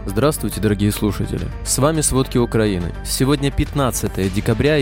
Здравствуйте, дорогие слушатели! С вами «Сводки Украины». Сегодня 15 декабря и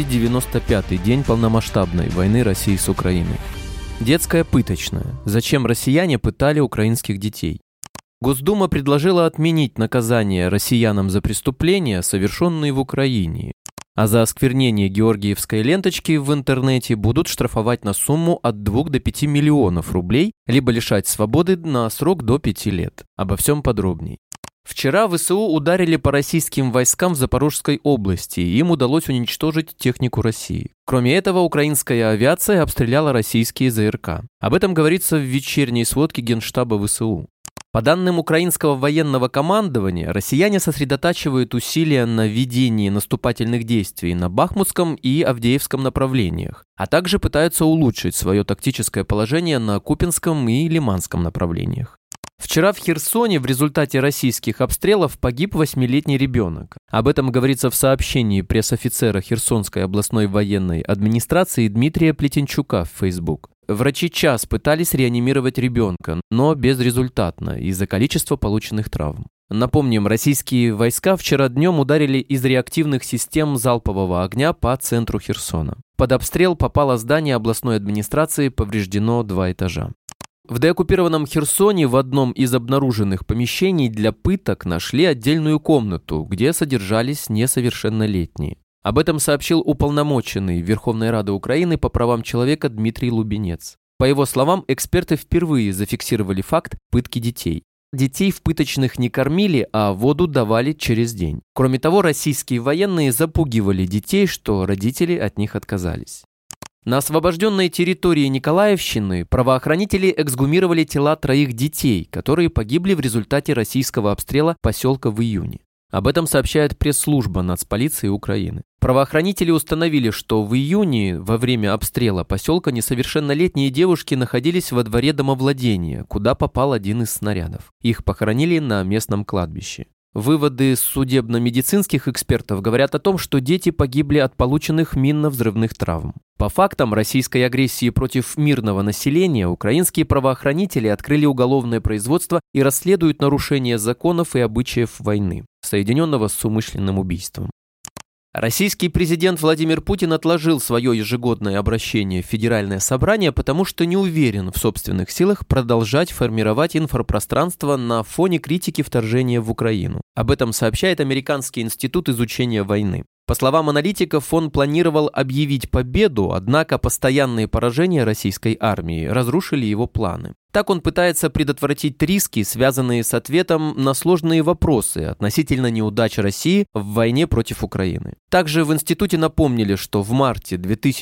295-й день полномасштабной войны России с Украиной. Детская пыточная. Зачем россияне пытали украинских детей? Госдума предложила отменить наказание россиянам за преступления, совершенные в Украине. А за осквернение георгиевской ленточки в интернете будут штрафовать на сумму от 2 до 5 миллионов рублей, либо лишать свободы на срок до 5 лет. Обо всем подробней. Вчера ВСУ ударили по российским войскам в Запорожской области, и им удалось уничтожить технику России. Кроме этого, украинская авиация обстреляла российские ЗРК. Об этом говорится в вечерней сводке Генштаба ВСУ. По данным украинского военного командования, россияне сосредотачивают усилия на ведении наступательных действий на Бахмутском и Авдеевском направлениях, а также пытаются улучшить свое тактическое положение на Купянском и Лиманском направлениях. Вчера в Херсоне в результате российских обстрелов погиб 8-летний ребенок. Об этом говорится в сообщении пресс-офицера Херсонской областной военной администрации Дмитрия Плетенчука в Facebook. Врачи час пытались реанимировать ребенка, но безрезультатно из-за количества полученных травм. Напомним, российские войска вчера днем ударили из реактивных систем залпового огня по центру Херсона. Под обстрел попало здание областной администрации, повреждено 2 этажа. В деоккупированном Херсоне в одном из обнаруженных помещений для пыток нашли отдельную комнату, где содержались несовершеннолетние. Об этом сообщил уполномоченный Верховной Рады Украины по правам человека Дмитрий Лубенец. По его словам, эксперты впервые зафиксировали факт пытки детей. Детей в пыточных не кормили, а воду давали через день. Кроме того, российские военные запугивали детей, что родители от них отказались. На освобожденной территории Николаевщины правоохранители эксгумировали тела 3 детей, которые погибли в результате российского обстрела поселка в июне. Об этом сообщает пресс-служба Нацполиции Украины. Правоохранители установили, что в июне во время обстрела поселка несовершеннолетние девушки находились во дворе домовладения, куда попал один из снарядов. Их похоронили на местном кладбище. Выводы судебно-медицинских экспертов говорят о том, что дети погибли от полученных минно-взрывных травм. По фактам российской агрессии против мирного населения, украинские правоохранители открыли уголовное производство и расследуют нарушения законов и обычаев войны, соединенного с умышленным убийством. Российский президент Владимир Путин отложил свое ежегодное обращение в Федеральное собрание, потому что не уверен в собственных силах продолжать формировать инфопространство на фоне критики вторжения в Украину. Об этом сообщает Американский институт изучения войны. По словам аналитиков, он планировал объявить победу, однако постоянные поражения российской армии разрушили его планы. Так он пытается предотвратить риски, связанные с ответом на сложные вопросы относительно неудач России в войне против Украины. Также в институте напомнили, что в марте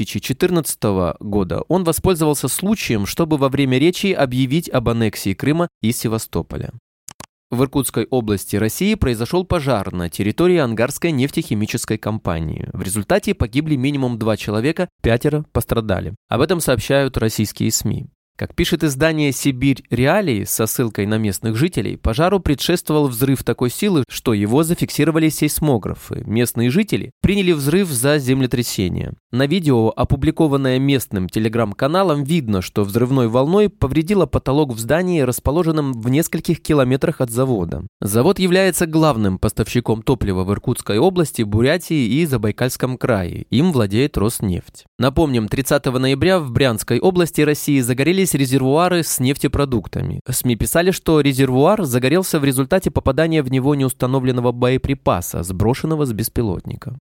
2014 года он воспользовался случаем, чтобы во время речи объявить об аннексии Крыма и Севастополя. В Иркутской области России произошел пожар на территории Ангарской нефтехимической компании. В результате погибли минимум 2 человека, 5 пострадали. Об этом сообщают российские СМИ. Как пишет издание «Сибирь Реалии» со ссылкой на местных жителей, пожару предшествовал взрыв такой силы, что его зафиксировали сейсмографы. Местные жители приняли взрыв за землетрясение. На видео, опубликованное местным телеграм-каналом, видно, что взрывной волной повредило потолок в здании, расположенном в нескольких километрах от завода. Завод является главным поставщиком топлива в Иркутской области, Бурятии и Забайкальском крае. Им владеет Роснефть. Напомним, 30 ноября в Брянской области России загорелись резервуары с нефтепродуктами. СМИ писали, что резервуар загорелся в результате попадания в него неустановленного боеприпаса, сброшенного с беспилотника.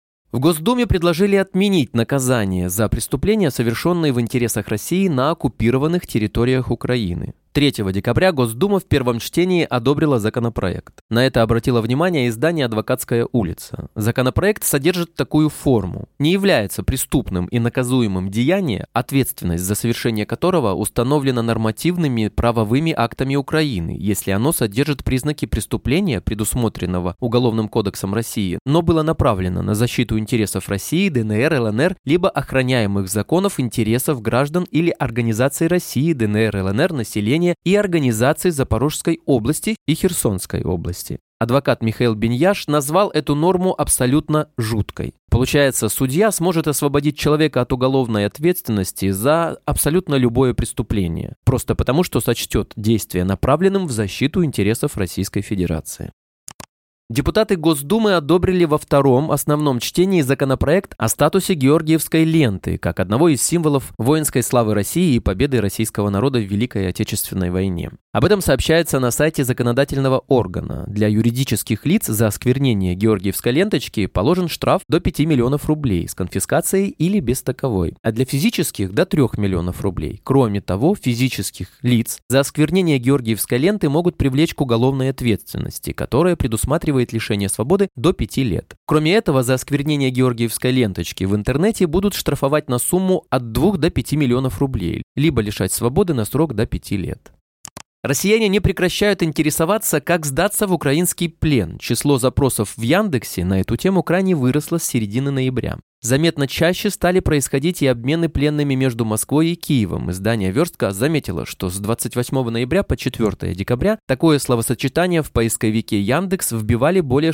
В Госдуме предложили отменить наказание за преступления, совершенные в интересах России на оккупированных территориях Украины. 3 декабря Госдума в первом чтении одобрила законопроект. На это обратило внимание издание «Адвокатская улица». Законопроект содержит такую форму. Не является преступным и наказуемым деяние, ответственность за совершение которого установлена нормативными правовыми актами Украины, если оно содержит признаки преступления, предусмотренного Уголовным кодексом России, но было направлено на защиту интересов России, ДНР, ЛНР, либо охраняемых законов интересов граждан или организаций России, ДНР, ЛНР, населения и организаций Запорожской области и Херсонской области. Адвокат Михаил Беньяш назвал эту норму абсолютно жуткой. Получается, судья сможет освободить человека от уголовной ответственности за абсолютно любое преступление, просто потому, что сочтет действие направленным в защиту интересов Российской Федерации. Депутаты Госдумы одобрили во втором основном чтении законопроект о статусе Георгиевской ленты как одного из символов воинской славы России и победы российского народа в Великой Отечественной войне. Об этом сообщается на сайте законодательного органа. Для юридических лиц за осквернение Георгиевской ленточки положен штраф до 5 миллионов рублей с конфискацией или без таковой, а для физических до 3 миллионов рублей. Кроме того, физических лиц за осквернение Георгиевской ленты могут привлечь к уголовной ответственности, которая предусматривает лишение свободы до 5 лет. Кроме этого, за осквернение Георгиевской ленточки в интернете будут штрафовать на сумму от 2 до 5 миллионов рублей, либо лишать свободы на срок до 5 лет. Россияне не прекращают интересоваться, как сдаться в украинский плен. Число запросов в Яндексе на эту тему крайне выросло с середины ноября. Заметно чаще стали происходить и обмены пленными между Москвой и Киевом. Издание «Верстка» заметило, что с 28 ноября по 4 декабря такое словосочетание в поисковике Яндекс вбивали более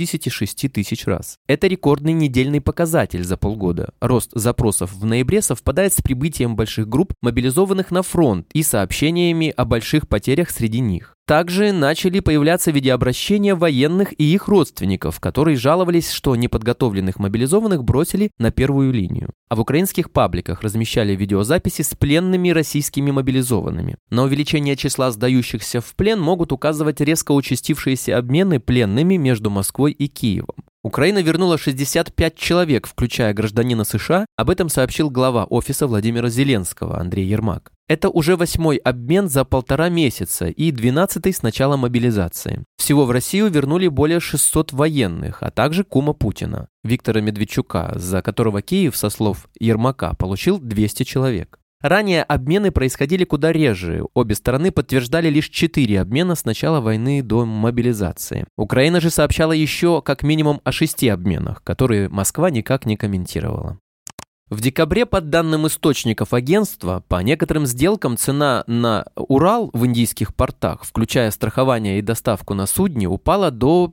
66 тысяч раз. Это рекордный недельный показатель за полгода. Рост запросов в ноябре совпадает с прибытием больших групп, мобилизованных на фронт, и сообщениями о больших потерях среди них. Также начали появляться видеообращения военных и их родственников, которые жаловались, что неподготовленных мобилизованных бросили на первую линию. А в украинских пабликах размещали видеозаписи с пленными российскими мобилизованными. На увеличение числа сдающихся в плен могут указывать резко участившиеся обмены пленными между Москвой и Киевом. Украина вернула 65 человек, включая гражданина США. Об этом сообщил глава офиса Владимира Зеленского Андрей Ермак. Это уже 8-й обмен за 1,5 месяца и 12-й с начала мобилизации. Всего в Россию вернули более 600 военных, а также кума Путина, Виктора Медведчука, за которого Киев, со слов Ермака, получил 200 человек. Ранее обмены происходили куда реже. Обе стороны подтверждали лишь 4 обмена с начала войны до мобилизации. Украина же сообщала еще как минимум о 6 обменах, которые Москва никак не комментировала. В декабре, по данным источников агентства, по некоторым сделкам цена на Урал в индийских портах, включая страхование и доставку на судне, упала до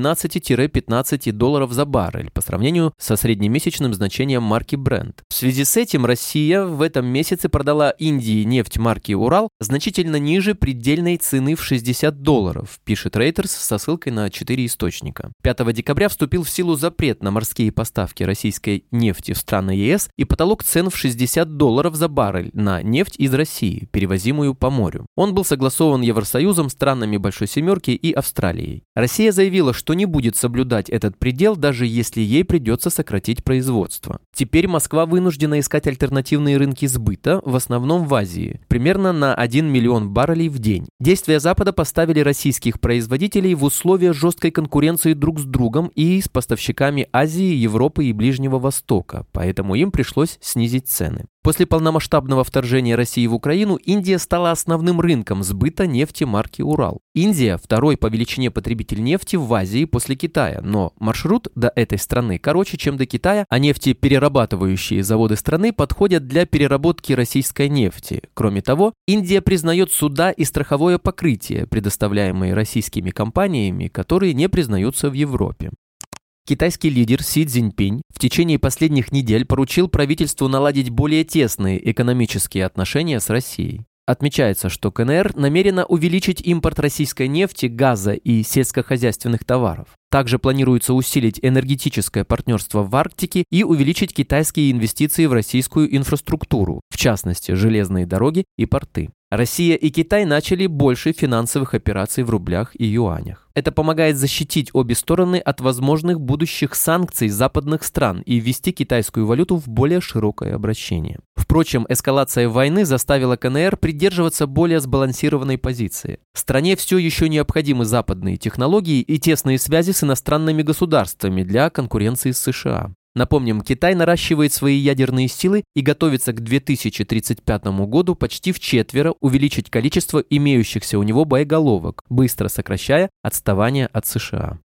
12-15 долларов за баррель по сравнению со среднемесячным значением марки Brent. В связи с этим Россия в этом месяце продала Индии нефть марки Урал значительно ниже предельной цены в 60 долларов, пишет Reuters со ссылкой на 4 источника. 5 декабря вступил в силу запрет на морские поставки российской нефти в страны ЕС и потолок цен в 60 долларов за баррель на нефть из России, перевозимую по морю. Он был согласован Евросоюзом, странами Большой Семерки и Австралией. Россия заявила, что не будет соблюдать этот предел, даже если ей придется сократить производство. Теперь Москва вынуждена искать альтернативные рынки сбыта, в основном в Азии, примерно на 1 миллион баррелей в день. Действия Запада поставили российских производителей в условия жесткой конкуренции друг с другом и с поставщиками Азии, Европы и Ближнего Востока, поэтому им пришлось снизить цены. После полномасштабного вторжения России в Украину Индия стала основным рынком сбыта нефти марки Урал. Индия – второй по величине потребитель нефти в Азии после Китая, но маршрут до этой страны короче, чем до Китая, а нефтеперерабатывающие заводы страны подходят для переработки российской нефти. Кроме того, Индия признает суда и страховое покрытие, предоставляемые российскими компаниями, которые не признаются в Европе. Китайский лидер Си Цзиньпинь в течение последних недель поручил правительству наладить более тесные экономические отношения с Россией. Отмечается, что КНР намерена увеличить импорт российской нефти, газа и сельскохозяйственных товаров. Также планируется усилить энергетическое партнерство в Арктике и увеличить китайские инвестиции в российскую инфраструктуру, в частности, железные дороги и порты. Россия и Китай начали больше финансовых операций в рублях и юанях. Это помогает защитить обе стороны от возможных будущих санкций западных стран и ввести китайскую валюту в более широкое обращение. Впрочем, эскалация войны заставила КНР придерживаться более сбалансированной позиции. Стране все еще необходимы западные технологии и тесные связи с иностранными государствами для конкуренции с США. Напомним, Китай наращивает свои ядерные силы и готовится к 2035 году почти вчетверо увеличить количество имеющихся у него боеголовок, быстро сокращая отставание от США.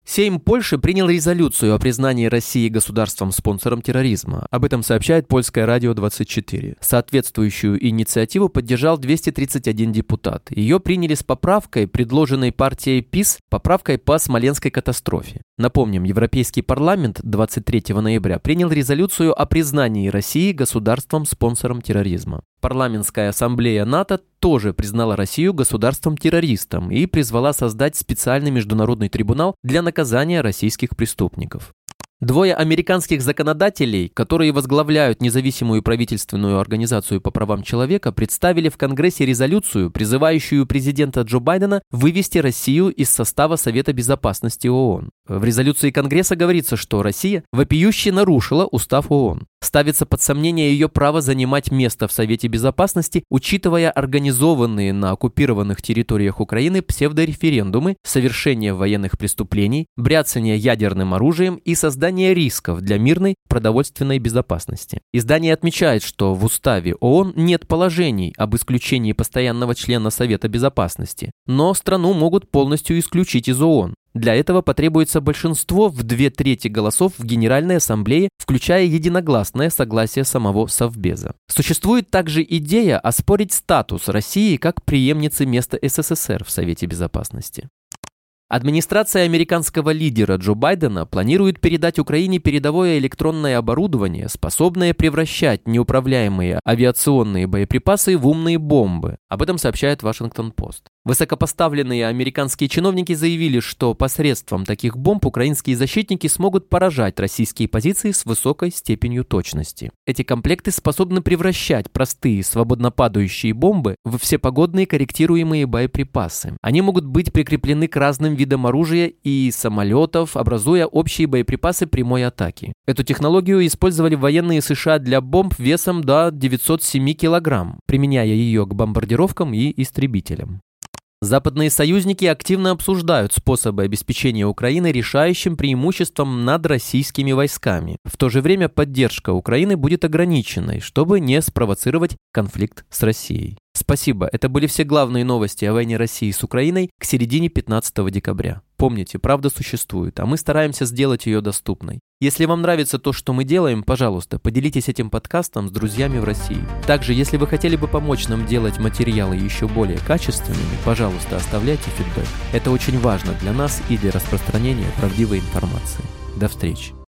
Сейм Польши принял резолюцию о признании России государством-спонсором терроризма. Об этом сообщает польское радио 24. Соответствующую инициативу поддержал 231 депутат. Ее приняли с поправкой, предложенной партией ПиС, поправкой по Смоленской катастрофе. Напомним, Европейский парламент 23 ноября принял резолюцию о признании России государством-спонсором терроризма. Парламентская ассамблея НАТО тоже признала Россию государством-террористом и призвала создать специальный международный трибунал для наказания российских преступников. Двое американских законодателей, которые возглавляют независимую правительственную организацию по правам человека, представили в Конгрессе резолюцию, призывающую президента Джо Байдена вывести Россию из состава Совета Безопасности ООН. В резолюции Конгресса говорится, что Россия вопиюще нарушила Устав ООН. Ставится под сомнение ее право занимать место в Совете Безопасности, учитывая организованные на оккупированных территориях Украины псевдореферендумы, совершение военных преступлений, бряцание ядерным оружием и создание рисков для мирной продовольственной безопасности. Издание отмечает, что в Уставе ООН нет положений об исключении постоянного члена Совета Безопасности, но страну могут полностью исключить из ООН. Для этого потребуется большинство в 2/3 голосов в Генеральной Ассамблее, включая единогласное согласие самого Совбеза. Существует также идея оспорить статус России как преемницы места СССР в Совете Безопасности. Администрация американского лидера Джо Байдена планирует передать Украине передовое электронное оборудование, способное превращать неуправляемые авиационные боеприпасы в умные бомбы. Об этом сообщает Вашингтон-Пост. Высокопоставленные американские чиновники заявили, что посредством таких бомб украинские защитники смогут поражать российские позиции с высокой степенью точности. Эти комплекты способны превращать простые свободно падающие бомбы в всепогодные корректируемые боеприпасы. Они могут быть прикреплены к разным видам оружия и самолетов, образуя общие боеприпасы прямой атаки. Эту технологию использовали военные США для бомб весом до 907 килограмм, применяя ее к бомбардировкам и истребителям. Западные союзники активно обсуждают способы обеспечения Украины решающим преимуществом над российскими войсками. В то же время поддержка Украины будет ограниченной, чтобы не спровоцировать конфликт с Россией. Спасибо, это были все главные новости о войне России с Украиной к середине 15 декабря. Помните, правда существует, а мы стараемся сделать ее доступной. Если вам нравится то, что мы делаем, пожалуйста, поделитесь этим подкастом с друзьями в России. Также, если вы хотели бы помочь нам делать материалы еще более качественными, пожалуйста, оставляйте фидбэк. Это очень важно для нас и для распространения правдивой информации. До встречи.